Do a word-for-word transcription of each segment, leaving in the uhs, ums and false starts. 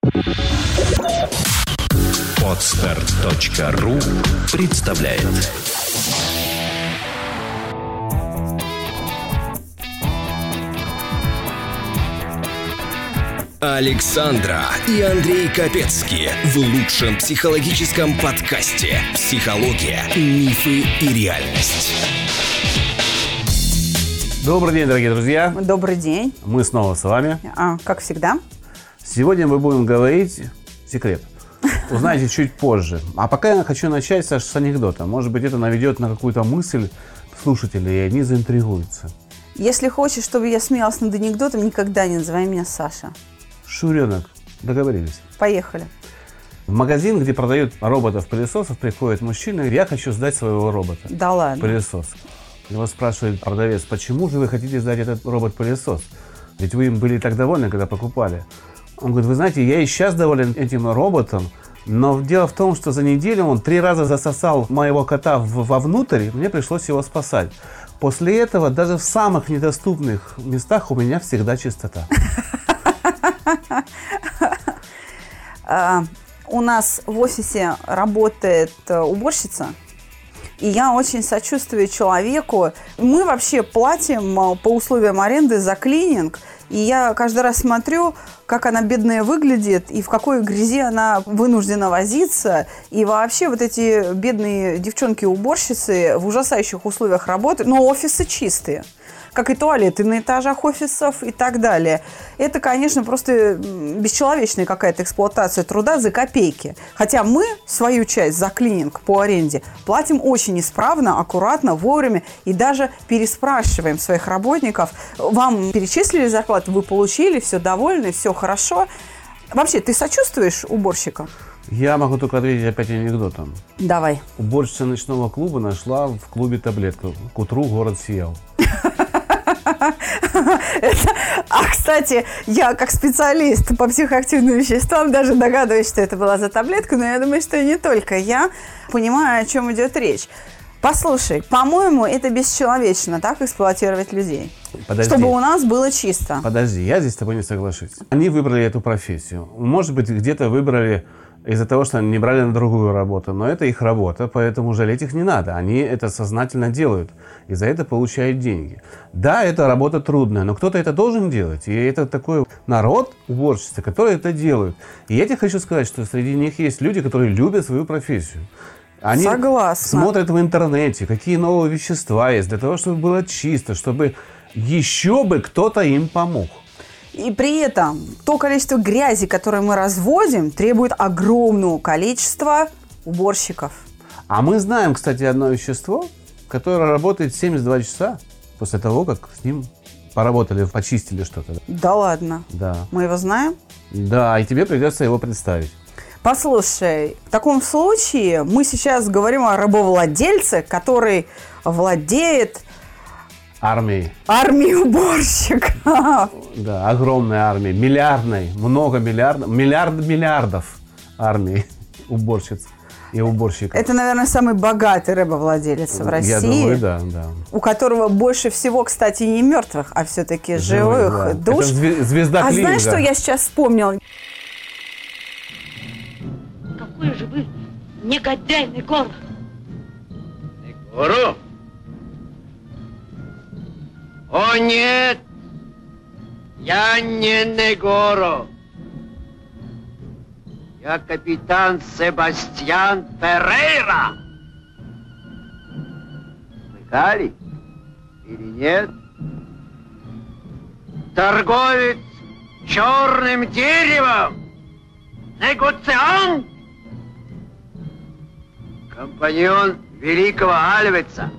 Подстер точка ру представляет. Александра и Андрей Капецки в лучшем психологическом подкасте «Психология, мифы и реальность». Добрый день, дорогие друзья. Добрый день. Мы снова с вами. А, как всегда. Сегодня мы будем говорить секрет. Узнаете чуть позже. А пока я хочу начать, Саша, с анекдота. Может быть, это наведет на какую-то мысль слушателей, и они заинтригуются. Если хочешь, чтобы я смеялась над анекдотом, никогда не называй меня Саша. Шуренок. Договорились. Поехали. В магазин, где продают роботов-пылесосов, приходит мужчина и говорит: я хочу сдать своего робота. Да ладно. Пылесос. Его спрашивает продавец: почему же вы хотите сдать этот робот-пылесос? Ведь вы им были так довольны, когда покупали. Он говорит: вы знаете, я и сейчас доволен этим роботом, но дело в том, что за неделю он три раза засосал моего кота вовнутрь, и мне пришлось его спасать. После этого даже в самых недоступных местах у меня всегда чистота. У нас в офисе работает уборщица, и я очень сочувствую человеку. Мы вообще платим по условиям аренды за клининг, и я каждый раз смотрю, как она бедная выглядит, и в какой грязи она вынуждена возиться. И вообще вот эти бедные девчонки-уборщицы в ужасающих условиях работают, но офисы чистые. Как и туалеты на этажах офисов и так далее. Это, конечно, просто бесчеловечная какая-то эксплуатация труда за копейки. Хотя мы свою часть за клининг по аренде платим очень исправно, аккуратно, вовремя и даже переспрашиваем своих работников. Вам перечислили зарплату, вы получили, все довольны, все хорошо. Вообще, ты сочувствуешь уборщикам? Я могу только ответить опять анекдотом. Давай. Уборщица ночного клуба нашла в клубе таблетку. К утру город сиял. А, кстати, я как специалист по психоактивным веществам даже догадываюсь, что это была за таблетка, но я думаю, что и не только я понимаю, о чем идет речь. Послушай, по-моему, это бесчеловечно так эксплуатировать людей. Подожди. Чтобы у нас было чисто. Подожди, я здесь с тобой не соглашусь. Они выбрали эту профессию. Может быть, где-то выбрали из-за того, что они не брали на другую работу. Но это их работа, поэтому жалеть их не надо. Они это сознательно делают и за это получают деньги. Да, это работа трудная, но кто-то это должен делать. И это такой народ, уборщицы, которые это делают. И я тебе хочу сказать, что среди них есть люди, которые любят свою профессию. Они Согласна. Смотрят в интернете, какие новые вещества есть, для того, чтобы было чисто, чтобы еще бы кто-то им помог. И при этом то количество грязи, которое мы разводим, требует огромного количества уборщиков. А мы знаем, кстати, одно вещество, которое работает семьдесят два часа после того, как с ним поработали, почистили что-то. Да ладно? Да. Мы его знаем? Да, и тебе придется его представить. Послушай, в таком случае мы сейчас говорим о рабовладельце, который владеет армией. Армией уборщиков. Да, огромной армией, миллиардной, много миллиардов, миллиард миллиардов армии уборщиц и уборщиков. Это, наверное, самый богатый рабовладелец в России. Я думаю, да, да. У которого больше всего, кстати, не мертвых, а все-таки живых, живых да. душ. Это звезда а клининга. Знаешь, что я сейчас вспомнила? Какой же вы негодяй, Негоро! Негоро? О, нет! Я не Негоро. Я капитан Себастьян Феррейра. Слыхали? Или нет? Торговец черным деревом. Негоциант. Компаньон великого Альвеца.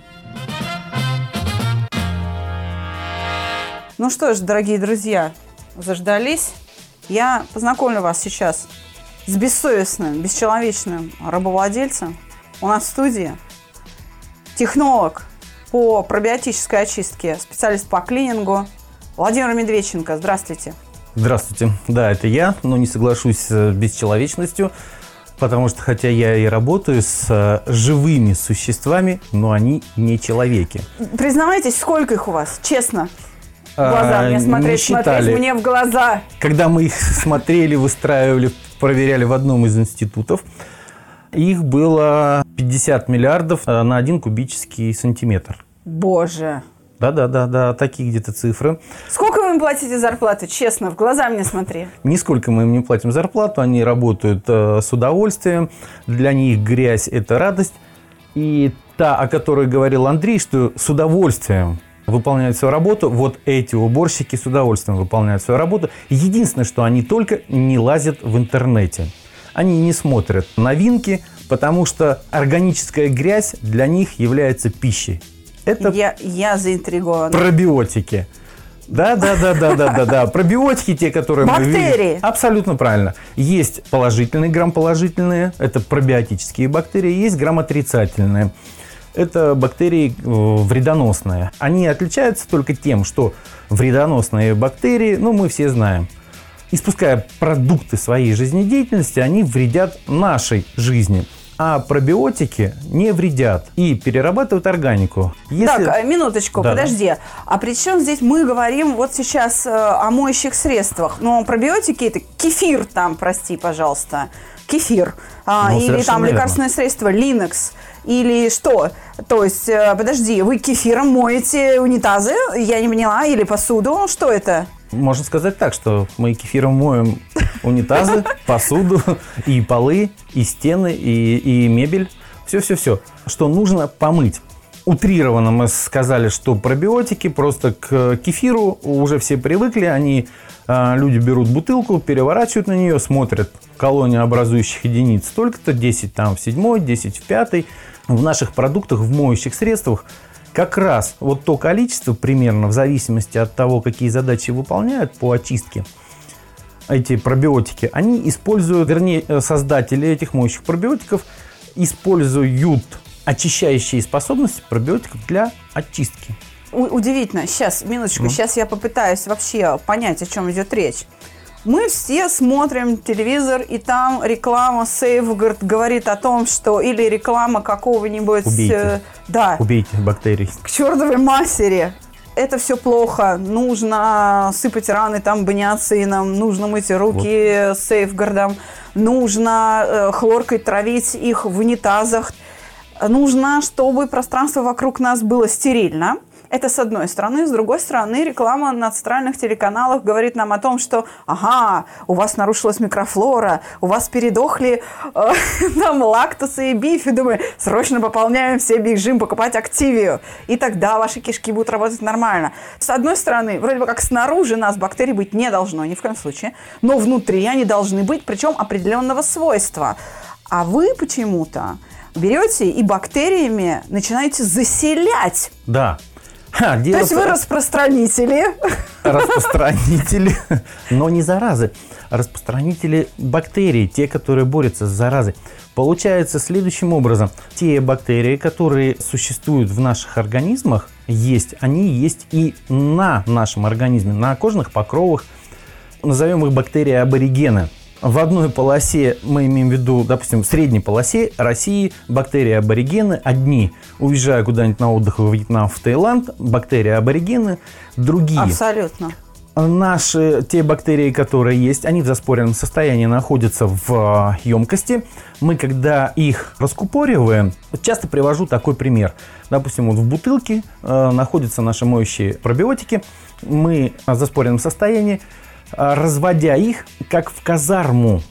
Ну что ж, дорогие друзья, заждались. Я познакомлю вас сейчас с бессовестным, бесчеловечным рабовладельцем. У нас в студии технолог по пробиотической очистке, специалист по клинингу Владимир Медведченко. Здравствуйте. Здравствуйте. Да, это я, но не соглашусь с бесчеловечностью, потому что хотя я и работаю с живыми существами, но они не человеки. Признавайтесь, сколько их у вас, честно? В глаза мне не смотреть, считали. смотреть мне в глаза. Когда мы их смотрели, выстраивали, проверяли в одном из институтов, их было пятьдесят миллиардов на один кубический сантиметр. Боже. Да-да-да, такие где-то цифры. Сколько вы им платите зарплату? Честно, в глаза мне смотри. Нисколько мы им не платим зарплату, они работают э, с удовольствием. Для них грязь – это радость. И та, о которой говорил Андрей, что с удовольствием выполняют свою работу, вот эти уборщики с удовольствием выполняют свою работу. Единственное, что они только не лазят в интернете. Они не смотрят новинки, потому что органическая грязь для них является пищей. Это Я, я заинтригована. пробиотики. Да, да, да, да, да, да, да. Пробиотики, те, которые мы Бактерии. видим. Абсолютно правильно. Есть положительные, грамположительные, это пробиотические бактерии, есть грамотрицательные. Это бактерии вредоносные. Они отличаются только тем, что вредоносные бактерии, ну, мы все знаем, испуская продукты своей жизнедеятельности, они вредят нашей жизни. А пробиотики не вредят и перерабатывают органику. Если... Так, минуточку, Да, подожди. А при чем здесь мы говорим вот сейчас э, о моющих средствах? Но пробиотики это кефир там, прости, пожалуйста. Кефир. А, Ну, или совершенно там верно. лекарственное средство Linux. Или что? То есть, э, подожди, вы кефиром моете унитазы? Я не поняла. Или посуду? Что это? Можно сказать так, что мы кефиром моем унитазы, посуду, и полы, и стены, и, и мебель. Все-все-все, что нужно помыть. Утрированно мы сказали, что пробиотики просто к кефиру уже все привыкли. Они, люди берут бутылку, переворачивают на нее, смотрят колонию образующих единиц. Столько-то, десять там в седьмой, десять в пятой. В наших продуктах, в моющих средствах как раз вот то количество примерно, в зависимости от того, какие задачи выполняют по очистке, эти пробиотики, они используют, вернее, создатели этих моющих пробиотиков используют очищающие способности пробиотиков для очистки. У- удивительно. Сейчас, минуточку, Ну. сейчас я попытаюсь вообще понять, о чем идет речь. Мы все смотрим телевизор, и там реклама Safeguard говорит о том, что или реклама какого-нибудь... Убейте. э, да, Убейте бактерий. к чертовой матери. Это все плохо. Нужно сыпать раны там баниоцином, нужно мыть руки сейфгардом, нужно э, хлоркой травить их в унитазах. Нужно, чтобы пространство вокруг нас было стерильно. Это с одной стороны. С другой стороны, реклама на центральных телеканалах говорит нам о том, что ага, у вас нарушилась микрофлора, у вас передохли э, там лактосы и бифидумы, срочно пополняем себе режим покупать активию, и тогда ваши кишки будут работать нормально. С одной стороны, вроде бы как снаружи нас бактерий быть не должно, ни в коем случае, но внутри они должны быть, причем определенного свойства. А вы почему-то берете и бактериями начинаете заселять. Да. Ха, То дело есть в- вы распространители. распространители, но не заразы, распространители бактерий, те, которые борются с заразой. Получается следующим образом. Те бактерии, которые существуют в наших организмах, есть, они есть и на нашем организме, на кожных покровах. Назовем их бактерии-аборигены. В одной полосе, мы имеем в виду, допустим, в средней полосе России бактерии-аборигены одни. Уезжая куда-нибудь на отдых в Вьетнам, в Таиланд, бактерии-аборигены другие. Абсолютно. Наши, те бактерии, которые есть, они в заспоренном состоянии находятся в емкости. Мы, когда их раскупориваем, часто привожу такой пример. Допустим, вот в бутылке э, находятся наши моющие пробиотики. Мы в заспоренном состоянии, разводя их, как в казарму,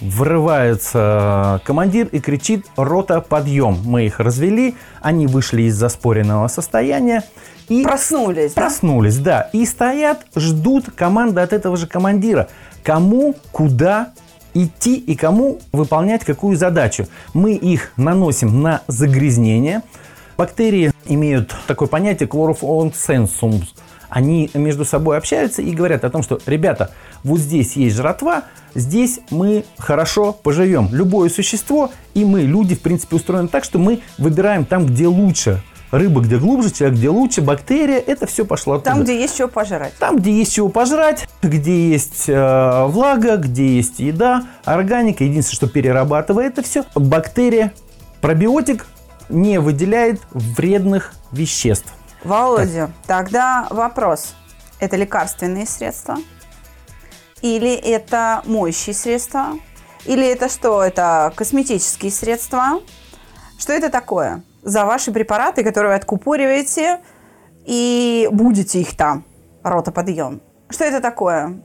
врывается командир и кричит: «Рота, подъем!». Мы их развели, они вышли из заспоренного состояния. И Проснулись, да? Проснулись, да. И стоят, ждут команды от этого же командира. Кому, куда идти и кому выполнять какую задачу. Мы их наносим на загрязнение. Бактерии имеют такое понятие «chlorophornsensum». Они между собой общаются и говорят о том, что, ребята, вот здесь есть жратва, здесь мы хорошо поживем. Любое существо, и мы, люди, в принципе, устроены так, что мы выбираем там, где лучше. Рыба, где глубже, человек, где лучше, бактерия, это все пошло оттуда. Там, где есть чего пожрать. Там, где есть чего пожрать, где есть э, влага, где есть еда, органика. Единственное, что перерабатывает это все, бактерия, пробиотик не выделяет вредных веществ. Володя, тогда вопрос. Это лекарственные средства? Или это моющие средства? Или это что? Это косметические средства? Что это такое? За ваши препараты, которые вы откупориваете, и будете их там, ротоподъем. Что это такое?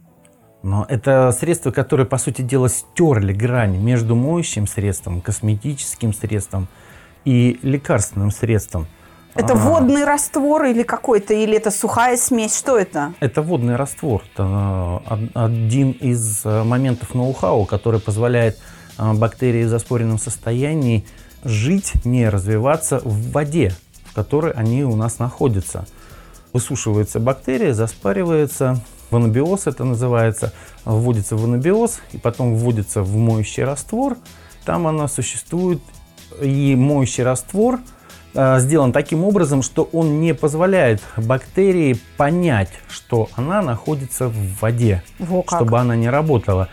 Но это средства, которые, по сути дела, стерли грань между моющим средством, косметическим средством и лекарственным средством. Это а, водный раствор или какой-то, или это сухая смесь? Что это? Это водный раствор. Это один из моментов ноу-хау, который позволяет бактерии в заспоренном состоянии жить, не развиваться в воде, в которой они у нас находятся. Высушивается бактерия, заспаривается, в анабиоз это называется, вводится в анабиоз и потом вводится в моющий раствор. Там она существует, и моющий раствор э, сделан таким образом, что он не позволяет бактерии понять, что она находится в воде, Во как. чтобы она не работала.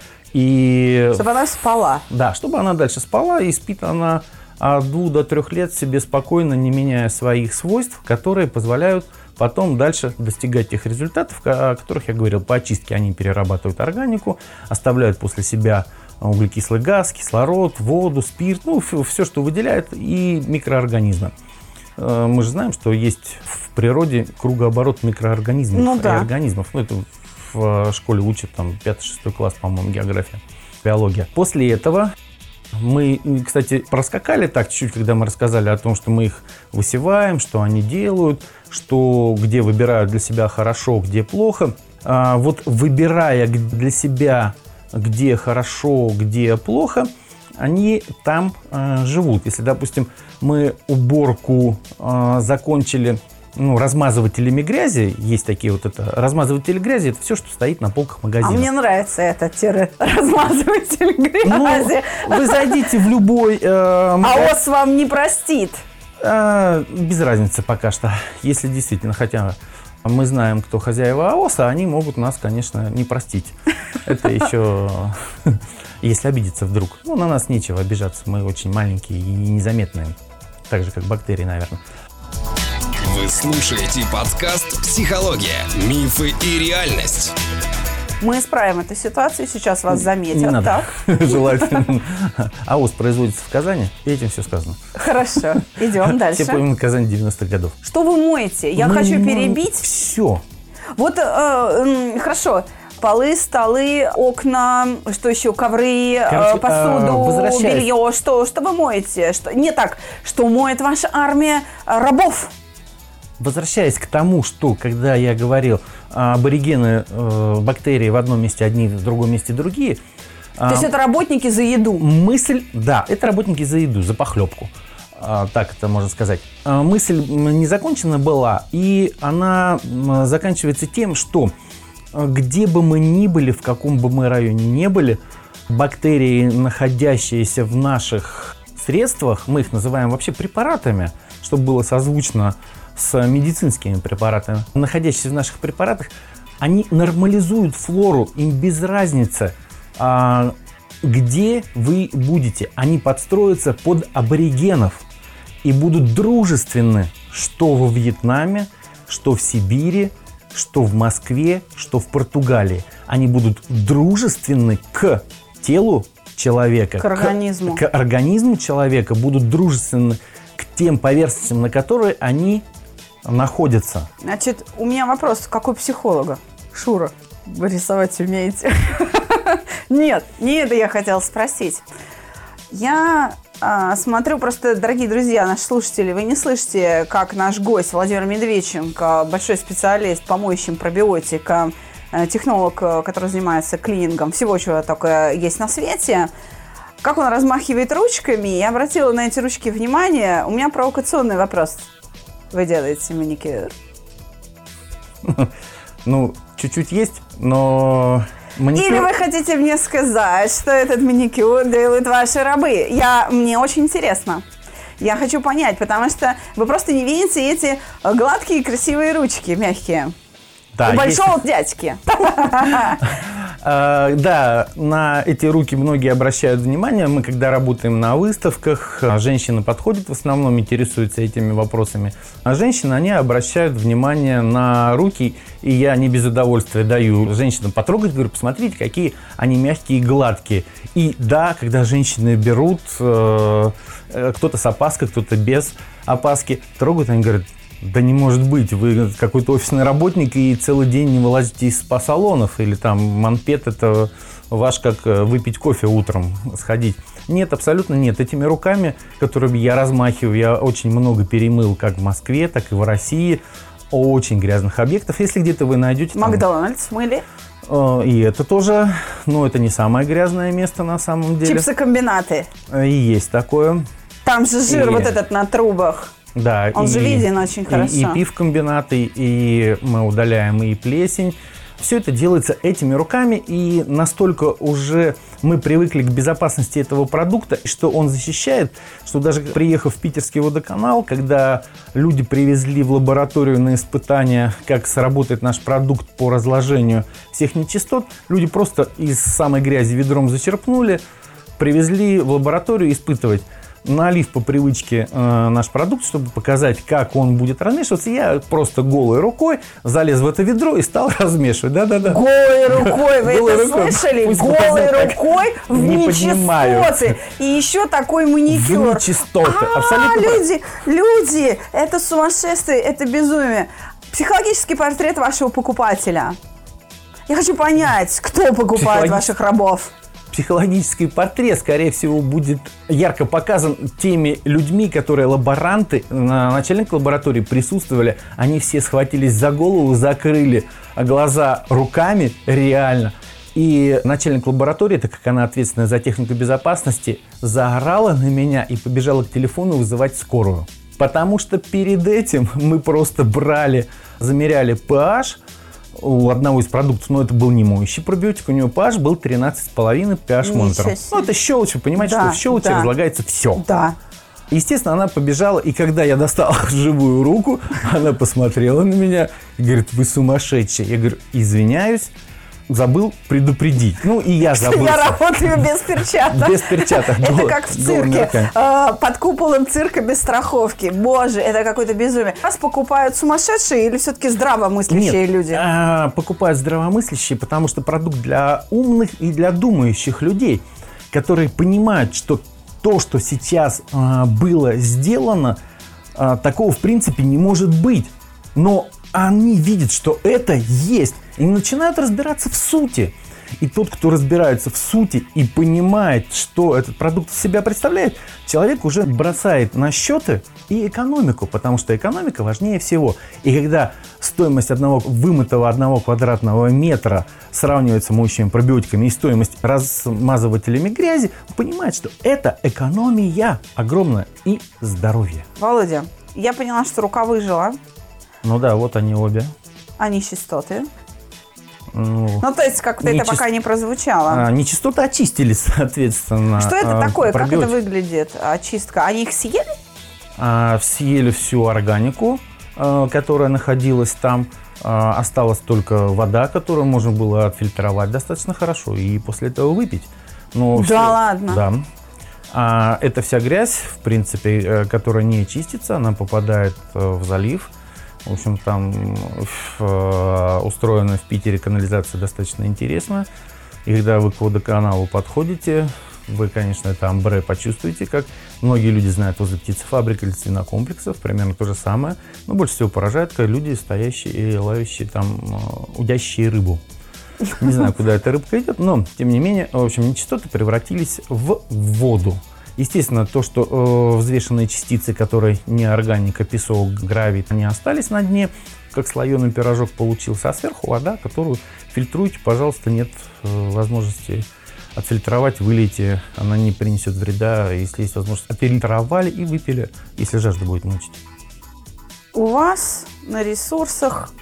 И, чтобы она спала. Да, чтобы она дальше спала, и спит она от двух до трех лет себе спокойно, не меняя своих свойств, которые позволяют потом дальше достигать тех результатов, о которых я говорил. По очистке они перерабатывают органику, оставляют после себя углекислый газ, кислород, воду, спирт, ну, все, что выделяет, и микроорганизмы. Мы же знаем, что есть в природе кругооборот микроорганизмов ну, и да. организмов. Ну, это в школе учат, там, пятый-шестой класс, по-моему, география, биология. После этого мы, кстати, проскакали так чуть-чуть, когда мы рассказали о том, что мы их высеваем, что они делают, что где выбирают для себя хорошо, где плохо. А вот выбирая для себя, где хорошо, где плохо, они там э, живут. Если, допустим, мы уборку э, закончили ну, размазывателями грязи, есть такие вот это, размазыватели грязи, это все, что стоит на полках магазина. А мне нравится этот тире, размазыватель грязи. Ну, вы зайдите в любой э, магазин. АОС вам не простит. Э, без разницы пока что, если действительно, хотя мы знаем, кто хозяева АОСа, они могут нас, конечно, не простить. Это еще, если обидеться вдруг. Ну, на нас нечего обижаться, мы очень маленькие и незаметные, так же, как бактерии, наверное. Вы слушаете подкаст «Психология. Мифы и реальность». Мы исправим эту ситуацию, сейчас вас заметят. Не надо. Так? Желательно. АОС производится в Казани, и этим все сказано. Хорошо, идем дальше. Все помнят Казань девяностых годов. Что вы моете? Я Мы хочу моем перебить. Все. Вот, э, э, хорошо. Полы, столы, окна, что еще, ковры, Короче, э, посуду, возвращаясь. белье. Что, что вы моете? Что, не так, что моет ваша армия рабов? Возвращаясь к тому, что, когда я говорил, аборигены, э, бактерии в одном месте одни, в другом месте другие. То есть это работники за еду? Мысль, да, это работники за еду, за похлебку. А, так это можно сказать. А, мысль не закончена была, и она м, заканчивается тем, что где бы мы ни были, в каком бы мы районе ни были, бактерии, находящиеся в наших средствах, мы их называем вообще препаратами, чтобы было созвучно с медицинскими препаратами, находящиеся в наших препаратах, они нормализуют флору, им без разницы, а, где вы будете. Они подстроятся под аборигенов и будут дружественны, что во Вьетнаме, что в Сибири, что в Москве, что в Португалии. Они будут дружественны к телу человека, к организму, к, к организму человека, будут дружественны к тем поверхностям, на которые они находятся. Значит, у меня вопрос, какой психолога? Шура, вы рисовать умеете? Нет, не это я хотела спросить. Я а, смотрю просто, дорогие друзья, наши слушатели, вы не слышите, как наш гость Владимир Медведченко, большой специалист по моющим пробиотикам, технолог, который занимается клинингом всего, чего только есть на свете, как он размахивает ручками. Я обратила на эти ручки внимание. У меня провокационный вопрос. Вы делаете маникюр? Ну, чуть-чуть есть, но... Маникюр... Или вы хотите мне сказать, что этот маникюр делают ваши рабы? Я, мне очень интересно. Я хочу понять, потому что вы просто не видите эти гладкие красивые ручки, мягкие. Да, у большого есть... дядьки. А, да, на эти руки многие обращают внимание. Мы, когда работаем на выставках, женщины подходят, в основном интересуются этими вопросами. А женщины, они обращают внимание на руки, и я не без удовольствия даю женщинам потрогать, говорю, посмотрите, какие они мягкие и гладкие. И да, когда женщины берут, э, кто-то с опаской, кто-то без опаски, трогают, они говорят, да не может быть, вы какой-то офисный работник и целый день не вылазите из спа-салонов, или там манпет это ваш, как выпить кофе утром, сходить. Нет, абсолютно нет. Этими руками, которыми я размахиваю, я очень много перемыл как в Москве, так и в России, очень грязных объектов. Если где-то вы найдете... Макдональдс мыли. Там, и это тоже, но это не самое грязное место на самом деле. Чипсы-комбинаты. И есть такое. Там же жир И... вот этот на трубах. Да, Он и, же виден очень хорошо. И, и пивкомбинаты, и мы удаляем и плесень. Все это делается этими руками, и настолько уже мы привыкли к безопасности этого продукта, что он защищает, что даже приехав в Питерский водоканал, когда люди привезли в лабораторию на испытания, как сработает наш продукт по разложению всех нечистот, люди просто из самой грязи ведром зачерпнули, привезли в лабораторию испытывать. Налив по привычке э, наш продукт, чтобы показать, как он будет размешиваться, я просто голой рукой залез в это ведро и стал размешивать. Да-да-да. Голой рукой, вы это слышали? Голой рукой в нечистоты. И еще такой маникюр. В нечистоты, абсолютно. Люди, люди, это сумасшествие, это безумие. Психологический портрет вашего покупателя. Я хочу понять, кто покупает ваших рабов. Психологический портрет, скорее всего, будет ярко показан теми людьми, которые лаборанты, начальник лаборатории присутствовали. Они все схватились за голову, закрыли глаза руками, реально. И начальник лаборатории, так как она ответственна за технику безопасности, заорала на меня и побежала к телефону вызывать скорую. Потому что перед этим мы просто брали, замеряли pH, у одного из продуктов, но это был не моющий пробиотик, у него pH был тринадцать с половиной pH монитор. Ну, это щелочь, вы понимаете, да, что в щелочи да. разлагается все. Да. Естественно, она побежала, и когда я достал живую руку, она посмотрела на меня и говорит, вы сумасшедшие. Я говорю, извиняюсь, забыл предупредить. Ну, и я забыл. Я работаю без перчаток. Без перчаток. Это как в цирке. Под куполом цирка без страховки. Боже, это какое-то безумие. Вас покупают сумасшедшие или все-таки здравомыслящие люди? Нет, покупают здравомыслящие, потому что продукт для умных и для думающих людей, которые понимают, что то, что сейчас было сделано, такого в принципе не может быть. Но они видят, что это есть, и начинают разбираться в сути. И тот, кто разбирается в сути и понимает, что этот продукт из себя представляет, человек уже бросает на счеты и экономику, потому что экономика важнее всего. И когда стоимость одного вымытого одного квадратного метра сравнивается с моющими пробиотиками и стоимость размазывателями грязи, он понимает, что это экономия огромная и здоровье. Володя, я поняла, что рука выжила. Ну да, вот они обе. А нечистоты? Ну, ну то есть как-то нечист... это пока не прозвучало. А, нечистоты очистили, соответственно. Что это а, такое? пробиотик. Как это выглядит? Очистка? Они их съели? А, съели всю органику, а, которая находилась там. А, осталась только вода, которую можно было отфильтровать достаточно хорошо и после этого выпить. Но да все, ладно? Да. А, эта вся грязь, в принципе, которая не чистится, она попадает в залив. В общем, там в, устроена в Питере канализация достаточно интересная. И когда вы к водоканалу подходите, вы, конечно, это амбре почувствуете, как многие люди знают возле птицефабрик или свинокомплексов, примерно то же самое. Но больше всего поражает, когда люди, стоящие и ловящие там, удящие рыбу. Не знаю, куда эта рыбка идет, но, тем не менее, в общем, нечистоты превратились в воду. Естественно, то, что э, взвешенные частицы, которые не органика, песок, гравий, они остались на дне, как слоеный пирожок получился, а сверху вода, которую фильтруйте, пожалуйста, нет э, возможности отфильтровать, вылейте, она не принесет вреда, если есть возможность. Отфильтровали и выпили, если жажда будет мучить. У вас на ресурсах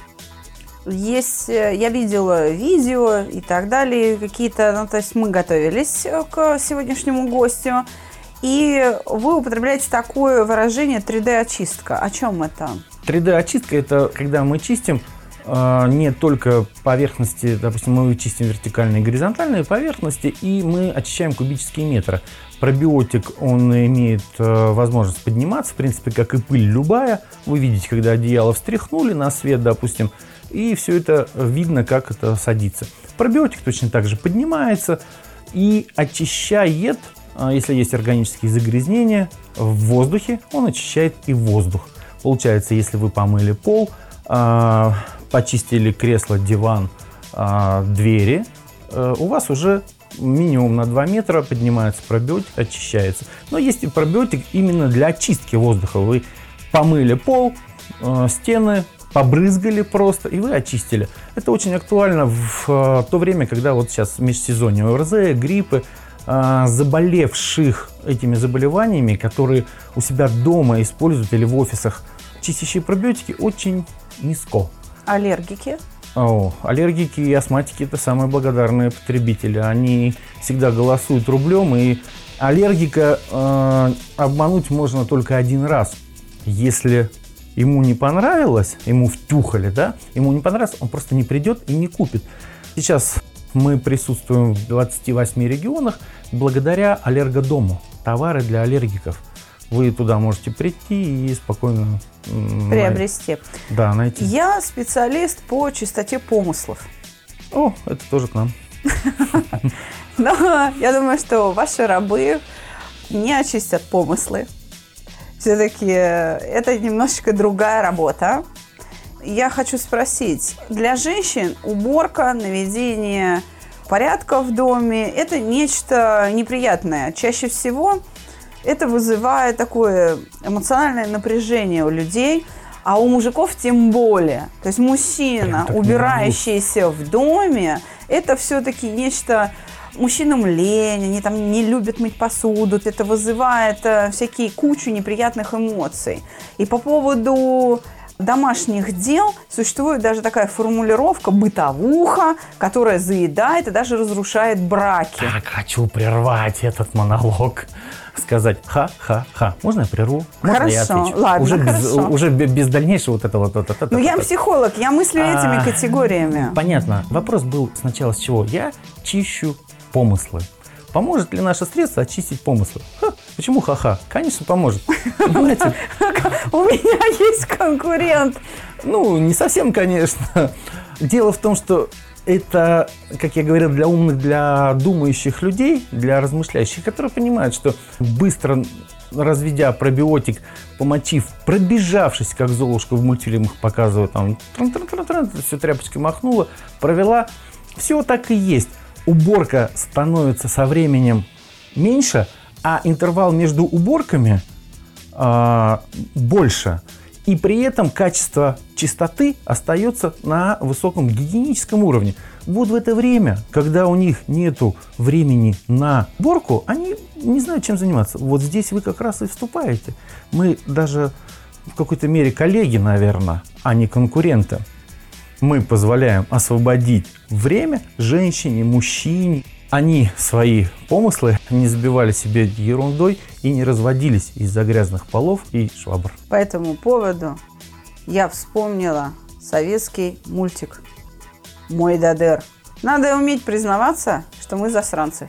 есть, я видела видео и так далее, какие-то, ну, то есть мы готовились к сегодняшнему гостю, и вы употребляете такое выражение три дэ очистка. О чем это? три дэ очистка – это когда мы чистим э, не только поверхности, допустим, мы чистим вертикальные и горизонтальные поверхности, и мы очищаем кубические метры. Пробиотик, он имеет э, возможность подниматься, в принципе, как и пыль любая. Вы видите, когда одеяло встряхнули на свет, допустим, и все это видно, как это садится. Пробиотик точно так же поднимается и очищает, э, если есть органические загрязнения в воздухе, он очищает и воздух. Получается, если вы помыли пол, э, почистили кресло, диван, э, двери, э, у вас уже минимум на два метра поднимается пробиотик, очищается. Но есть и пробиотик именно для очистки воздуха. Вы помыли пол, э, стены, побрызгали просто, и вы очистили. Это очень актуально в э, то время, когда вот сейчас межсезонье ОРЗ, гриппы, э, заболевших этими заболеваниями, которые у себя дома используют или в офисах, чистящие пробиотики очень низко. Аллергики? О, аллергики и астматики – это самые благодарные потребители. Они всегда голосуют рублем, и аллергика э, обмануть можно только один раз. Если ему не понравилось, ему втюхали, да, ему не понравилось, он просто не придет и не купит. Сейчас мы присутствуем в двадцати восьми регионах благодаря аллергодому. Товары для аллергиков. Вы туда можете прийти и спокойно приобрести. Да, найти. Я специалист по чистоте помыслов. О, это тоже к нам. Но я думаю, что ваши рабы не очистят помыслы. Все-таки это немножечко другая работа. Я хочу спросить, для женщин уборка, наведение порядка в доме – это нечто неприятное. Чаще всего это вызывает такое эмоциональное напряжение у людей, а у мужиков тем более. То есть мужчина, убирающийся в доме, это все-таки нечто... Мужчинам лень, они там не любят мыть посуду, это вызывает э, всякие кучу неприятных эмоций. И по поводу домашних дел существует даже такая формулировка «бытовуха», которая заедает и даже разрушает браки. Так, хочу прервать этот монолог. Сказать ха-ха-ха. Можно я прерву? Можно Хорошо, я отвечу? ладно, уже хорошо. Без, уже без дальнейшего вот этого. Вот, вот, вот, Ну, я вот. психолог, я мыслю этими А, категориями. Понятно. Вопрос был сначала с чего? Я чищу помыслы. Поможет ли наше средство очистить помыслы? Ха, почему ха-ха? Конечно, поможет. Понимаете? У меня есть конкурент. Ну, не совсем, конечно. Дело в том, что это, как я говорил, для умных, для думающих людей, для размышляющих, которые понимают, что быстро разведя пробиотик, помочив, пробежавшись, как Золушка в мультфильмах показывают, там, все тряпочкой махнула, провела, все так и есть. Уборка становится со временем меньше, а интервал между уборками э, больше. И при этом качество чистоты остается на высоком гигиеническом уровне. Вот в это время, когда у них нету времени на уборку, они не знают, чем заниматься. Вот здесь вы как раз и вступаете. Мы даже в какой-то мере коллеги, наверное, а не конкуренты. Мы позволяем освободить время женщине, мужчине. Они свои помыслы не забивали себе ерундой и не разводились из-за грязных полов и швабр. По этому поводу я вспомнила советский мультик «Мой Дадер». Надо уметь признаваться, что мы засранцы.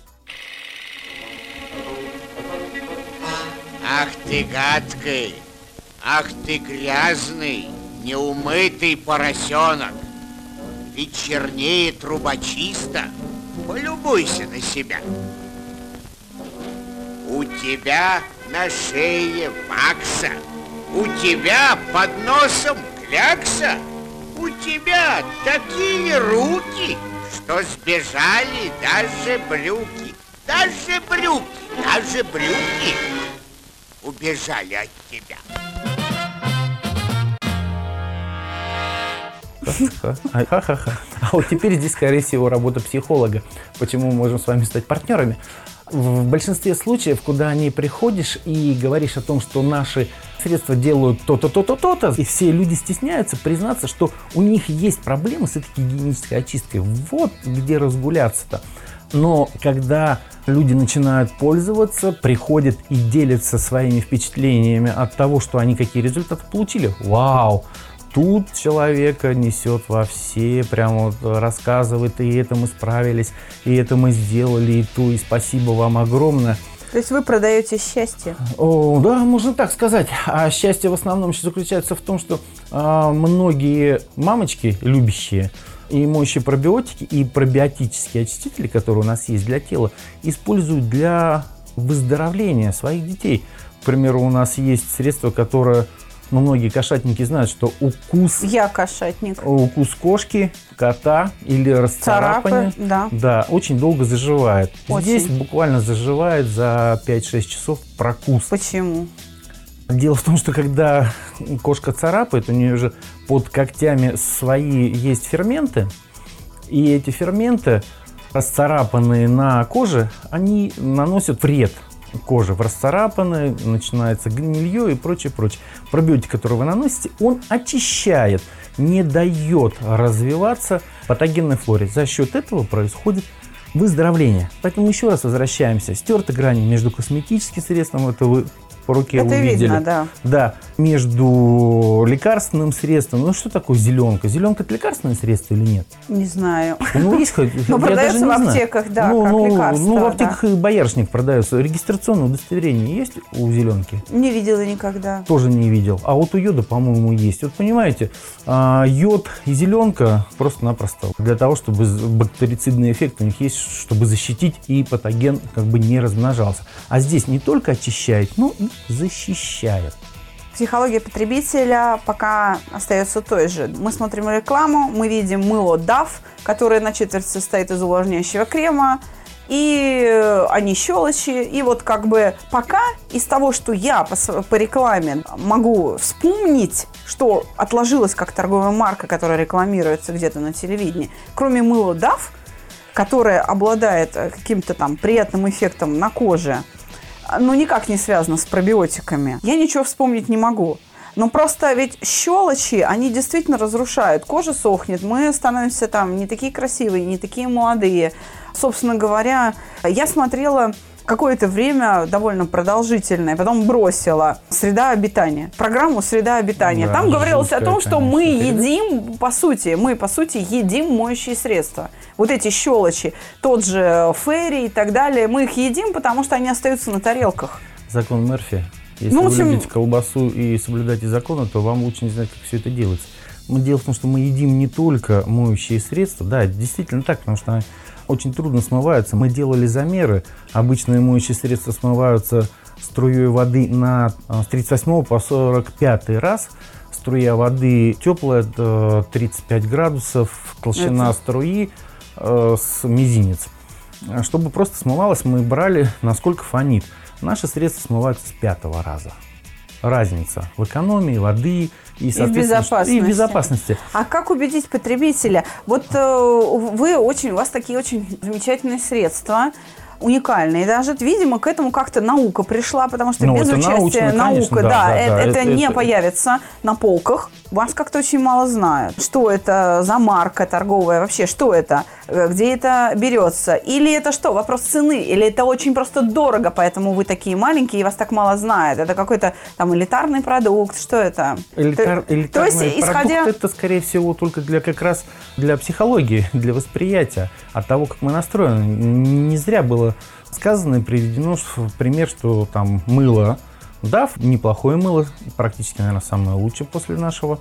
Ах ты гадкий, ах ты грязный, неумытый поросенок. Ведь чернее трубочиста. Полюбуйся на себя. У тебя на шее вакса, у тебя под носом клякса, у тебя такие руки, что сбежали даже брюки. Даже брюки, даже брюки убежали от тебя. Ха-ха-ха. А вот теперь здесь, скорее всего, работа психолога. Почему мы можем с вами стать партнерами? В большинстве случаев, куда не приходишь и говоришь о том, что наши средства делают то-то, то-то, то-то, и все люди стесняются признаться, что у них есть проблемы с этой гигиенической очисткой. Вот где разгуляться-то. Но когда люди начинают пользоваться, приходят и делятся своими впечатлениями от того, что они какие результаты получили. Вау! тут человека несет во все, прямо вот рассказывает, и это мы справились, и это мы сделали, и то, и спасибо вам огромное. То есть вы продаете счастье? О, да, можно так сказать. А счастье в основном заключается в том, что а, многие мамочки, любящие и моющие пробиотики, и пробиотические очистители, которые у нас есть для тела, используют для выздоровления своих детей. К примеру, у нас есть средство, которое, ну, многие кошатники знают, что укус... Я кошатник. Укус кошки, кота или расцарапывание, да. Да, очень долго заживает. Очень. Здесь буквально заживает за пять-шесть часов прокус. Почему? Дело в том, что когда кошка царапает, у нее же под когтями свои есть ферменты, и эти ферменты, расцарапанные на коже, они наносят вред коже. В расцарапанной начинается гнилье и прочее, прочее. Пробиотик, который вы наносите, он очищает, не дает развиваться патогенной флоре. За счет этого происходит выздоровление. Поэтому еще раз возвращаемся. Стерты грани между косметическим средством, это вы по руке это увидели. Видно, да. Да, между лекарственным средством. Ну, что такое зеленка? Зеленка – это лекарственное средство или нет? Не знаю. Ну, есть хоть. Но продается в аптеках, да, ну, как ну, лекарство. Ну, в аптеках да. и боярышник продается. Регистрационное удостоверение есть у зеленки? Не видела никогда. Тоже не видел. А вот у йода, по-моему, есть. Вот понимаете, йод и зеленка просто-напросто для того, чтобы бактерицидный эффект у них есть, чтобы защитить и патоген как бы не размножался. А здесь не только очищает, но и защищает. Психология потребителя пока остается той же. Мы смотрим рекламу, мы видим мыло даф, которое на четверть состоит из увлажняющего крема, и они щелочи. И вот как бы пока из того, что я по, по рекламе могу вспомнить, что отложилось как торговая марка, которая рекламируется где-то на телевидении, кроме мыла даф, которое обладает каким-то там приятным эффектом на коже, но никак не связано с пробиотиками, я ничего вспомнить не могу. Но просто ведь щелочи, они действительно разрушают. Кожа сохнет, мы становимся там не такие красивые, не такие молодые. Собственно говоря, я смотрела какое-то время довольно продолжительное, потом бросила «Среда обитания». Программу «Среда обитания». Да, Там говорилось о том, что конечно, мы среда. едим, по сути, мы, по сути, едим моющие средства. Вот эти щелочи, тот же ферри и так далее, мы их едим, потому что они остаются на тарелках. Закон Мерфи. Если Ну, в вы общем- любите колбасу и соблюдаете законы, то вам лучше не знать, как все это делается. Но дело в том, что мы едим не только моющие средства. Да, это действительно так, потому что очень трудно смываются. Мы делали замеры. Обычные моющие средства смываются струей воды на с тридцать восьмого по сорок пятый раз. Струя воды теплая, это тридцать пять градусов, толщина Это- струи э, с мизинец. Чтобы просто смывалось, мы брали, насколько фонит. Наши средства смываются с пятого раза. Разница в экономии воды и, соответственно, безопасности. и в безопасности. А как убедить потребителя? Вот э, вы очень, у вас такие очень замечательные средства, уникальные даже. Видимо, к этому как-то наука пришла, потому что Ну, без это участия научно, наука, конечно, да, да, да, это, да, это это- не это- появится на полках. Вас как-то очень мало знают. Что это за марка торговая вообще? Что это? Э, Где это берется? Или это что? Вопрос цены? Или это очень просто дорого, поэтому вы такие маленькие и вас так мало знают? Это какой-то там элитарный продукт? Что это? Элитар, То- элитарный то есть, продукт исходя- это, скорее всего, только для как раз для психологии, для восприятия, от того, как мы настроены. Не зря было сказано и приведено в пример, что там мыло даф, неплохое мыло, практически, наверное, самое лучшее после нашего,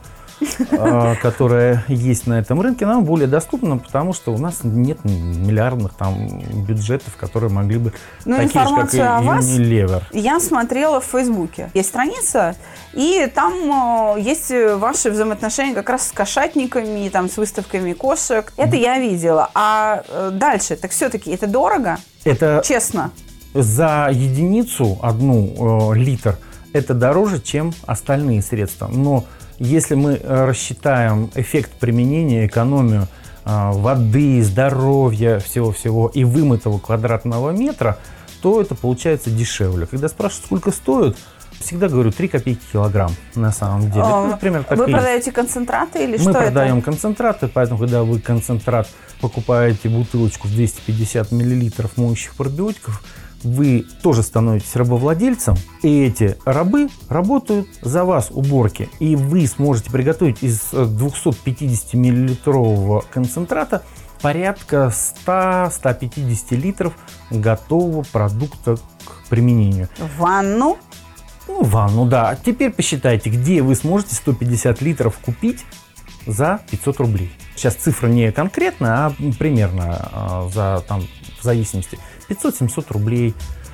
э, которое есть на этом рынке, нам более доступно, потому что у нас нет миллиардных там бюджетов, которые могли бы Ну, такие же, как и информацию о вас Unilever. я смотрела в Фейсбуке. Есть страница, и там э, есть ваши взаимоотношения как раз с кошатниками, там, с выставками кошек. Это я видела. А э, дальше, так все-таки это дорого? Это Честно. за единицу, одну э, литр, это дороже, чем остальные средства. Но если мы э, рассчитаем эффект применения, экономию э, воды, здоровья, всего-всего и вымытого квадратного метра, то это получается дешевле. Когда спрашивают, сколько стоит, всегда говорю три копейки килограмм на самом деле. А, Это, например, так Вы и есть. продаете концентраты или Мы что продаем это? концентраты, поэтому, когда вы концентрат покупаете бутылочку в двести пятьдесят миллилитров моющих пробиотиков, вы тоже становитесь рабовладельцем, и эти рабы работают за вас уборки, и вы сможете приготовить из двухсот пятидесяти миллилитрового концентрата порядка ста — ста пятидесяти литров готового продукта к применению. Ванну? Ну, ванну, да. Теперь посчитайте, где вы сможете сто пятьдесят литров купить за пятьсот рублей. Сейчас цифра не конкретная, а примерно за, там, в зависимости, пятьсот — семьсот рублей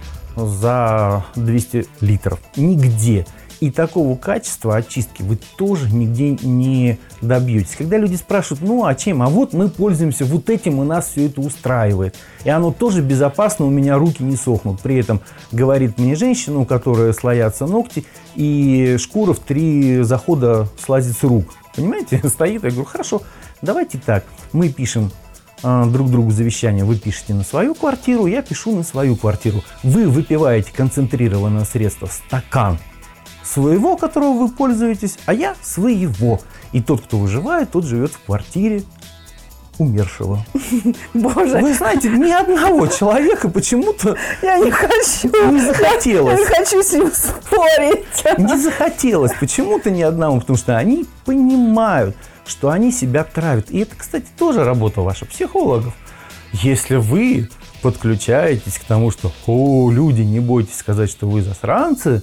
за двести литров. Нигде. И такого качества очистки вы тоже нигде не добьетесь. Когда люди спрашивают, ну а чем? А вот мы пользуемся вот этим, и нас все это устраивает. И оно тоже безопасно, у меня руки не сохнут. При этом говорит мне женщина, у которой слоятся ногти, и шкура в три захода слазит с рук. Понимаете? Стоит, я говорю, хорошо, давайте так. Мы пишем э, друг другу завещание. Вы пишете на свою квартиру, я пишу на свою квартиру. Вы выпиваете концентрированное средство в стакан своего, которого вы пользуетесь, а я своего. И тот, кто выживает, тот живет в квартире умершего. Боже. Вы знаете, ни одного человека почему-то Я не хочу. не захотелось. Я не хочу с ним спорить. Не захотелось почему-то ни одному, потому что они понимают, что они себя травят. И это, кстати, тоже работа ваша, психологов. Если вы подключаетесь к тому, что «О, люди, не бойтесь сказать, что вы засранцы»,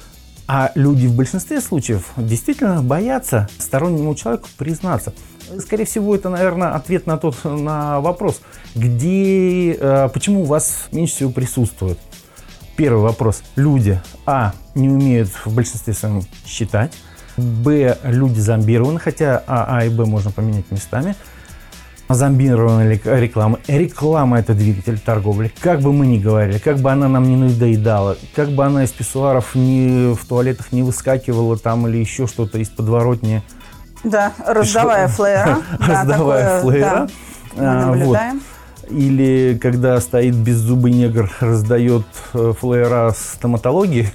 а люди в большинстве случаев действительно боятся стороннему человеку признаться. Скорее всего, это, наверное, ответ на тот на вопрос, где, э, почему у вас меньше всего присутствует. Первый вопрос. Люди, а, не умеют в большинстве своем считать. Б, люди зомбированы, хотя А, А и Б можно поменять местами. Зомбированная реклама. Реклама – это двигатель торговли. Как бы мы ни говорили, как бы она нам не надоедала, как бы она из писсуаров не, в туалетах не выскакивала там или еще что-то из подворотни. Да, раздавая флеера. Раздавая флеера. Мы наблюдаем. Или когда стоит беззубый негр, раздает флеера стоматологии,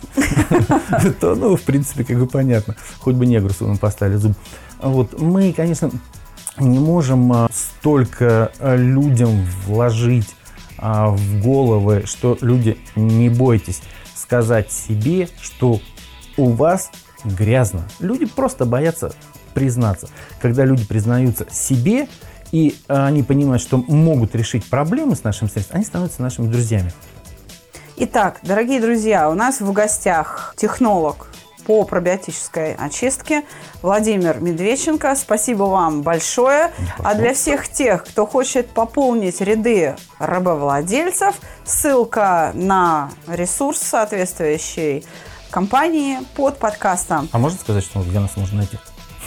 то, ну, в принципе, как бы понятно. Хоть бы негру своему поставили зуб. Вот мы, конечно, не можем столько людям вложить в головы, что люди, не бойтесь сказать себе, что у вас грязно. Люди просто боятся признаться. Когда люди признаются себе, и они понимают, что могут решить проблемы с нашим средством, они становятся нашими друзьями. Итак, дорогие друзья, у нас в гостях технолог по пробиотической очистке Владимир Медведченко. Спасибо вам большое. А для всех тех, кто хочет пополнить ряды рабовладельцев, ссылка на ресурс соответствующей компании под подкастом. А можно сказать, что где нас можно найти?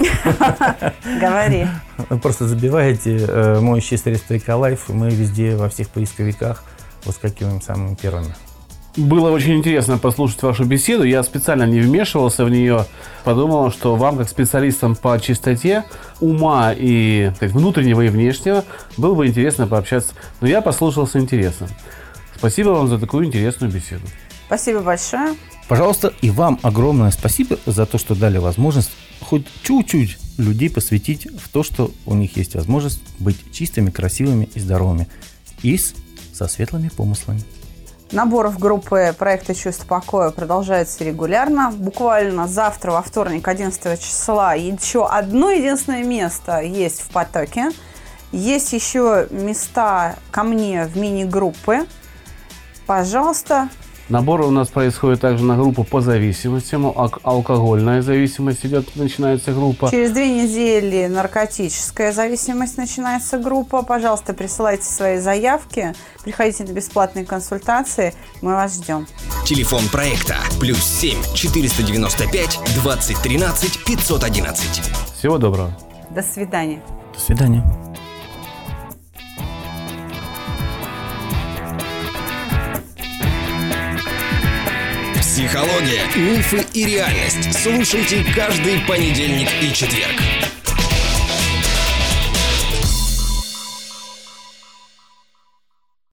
Говори. Просто забиваете э, моющие средства Эколайф, и мы везде во всех поисковиках выскакиваем самыми первыми. Было очень интересно послушать вашу беседу. Я специально не вмешивался в нее. Подумал, что вам, как специалистам по чистоте ума и так, внутреннего и внешнего, было бы интересно пообщаться. Но я послушал с интересом. Спасибо вам за такую интересную беседу. Спасибо большое. Пожалуйста, и вам огромное спасибо за то, что дали возможность хоть чуть-чуть людей посвятить в то, что у них есть возможность быть чистыми, красивыми и здоровыми. И со светлыми помыслами. Набор в группы проекта «Чувство покоя» продолжается регулярно. Буквально завтра, во вторник, одиннадцатого числа, еще одно единственное место есть в потоке. Есть еще места ко мне в мини-группы. Пожалуйста. Набор у нас происходит также на группу по зависимостям. Ал- алкогольная зависимость идет, начинается группа. Через две недели наркотическая зависимость начинается группа. Пожалуйста, присылайте свои заявки. Приходите на бесплатные консультации. Мы вас ждем. Телефон проекта плюс семь четыреста девяносто пять двадцать тринадцать пятьсот одиннадцать. Всего доброго. До свидания. До свидания. Психология, мифы и реальность. Слушайте каждый понедельник и четверг.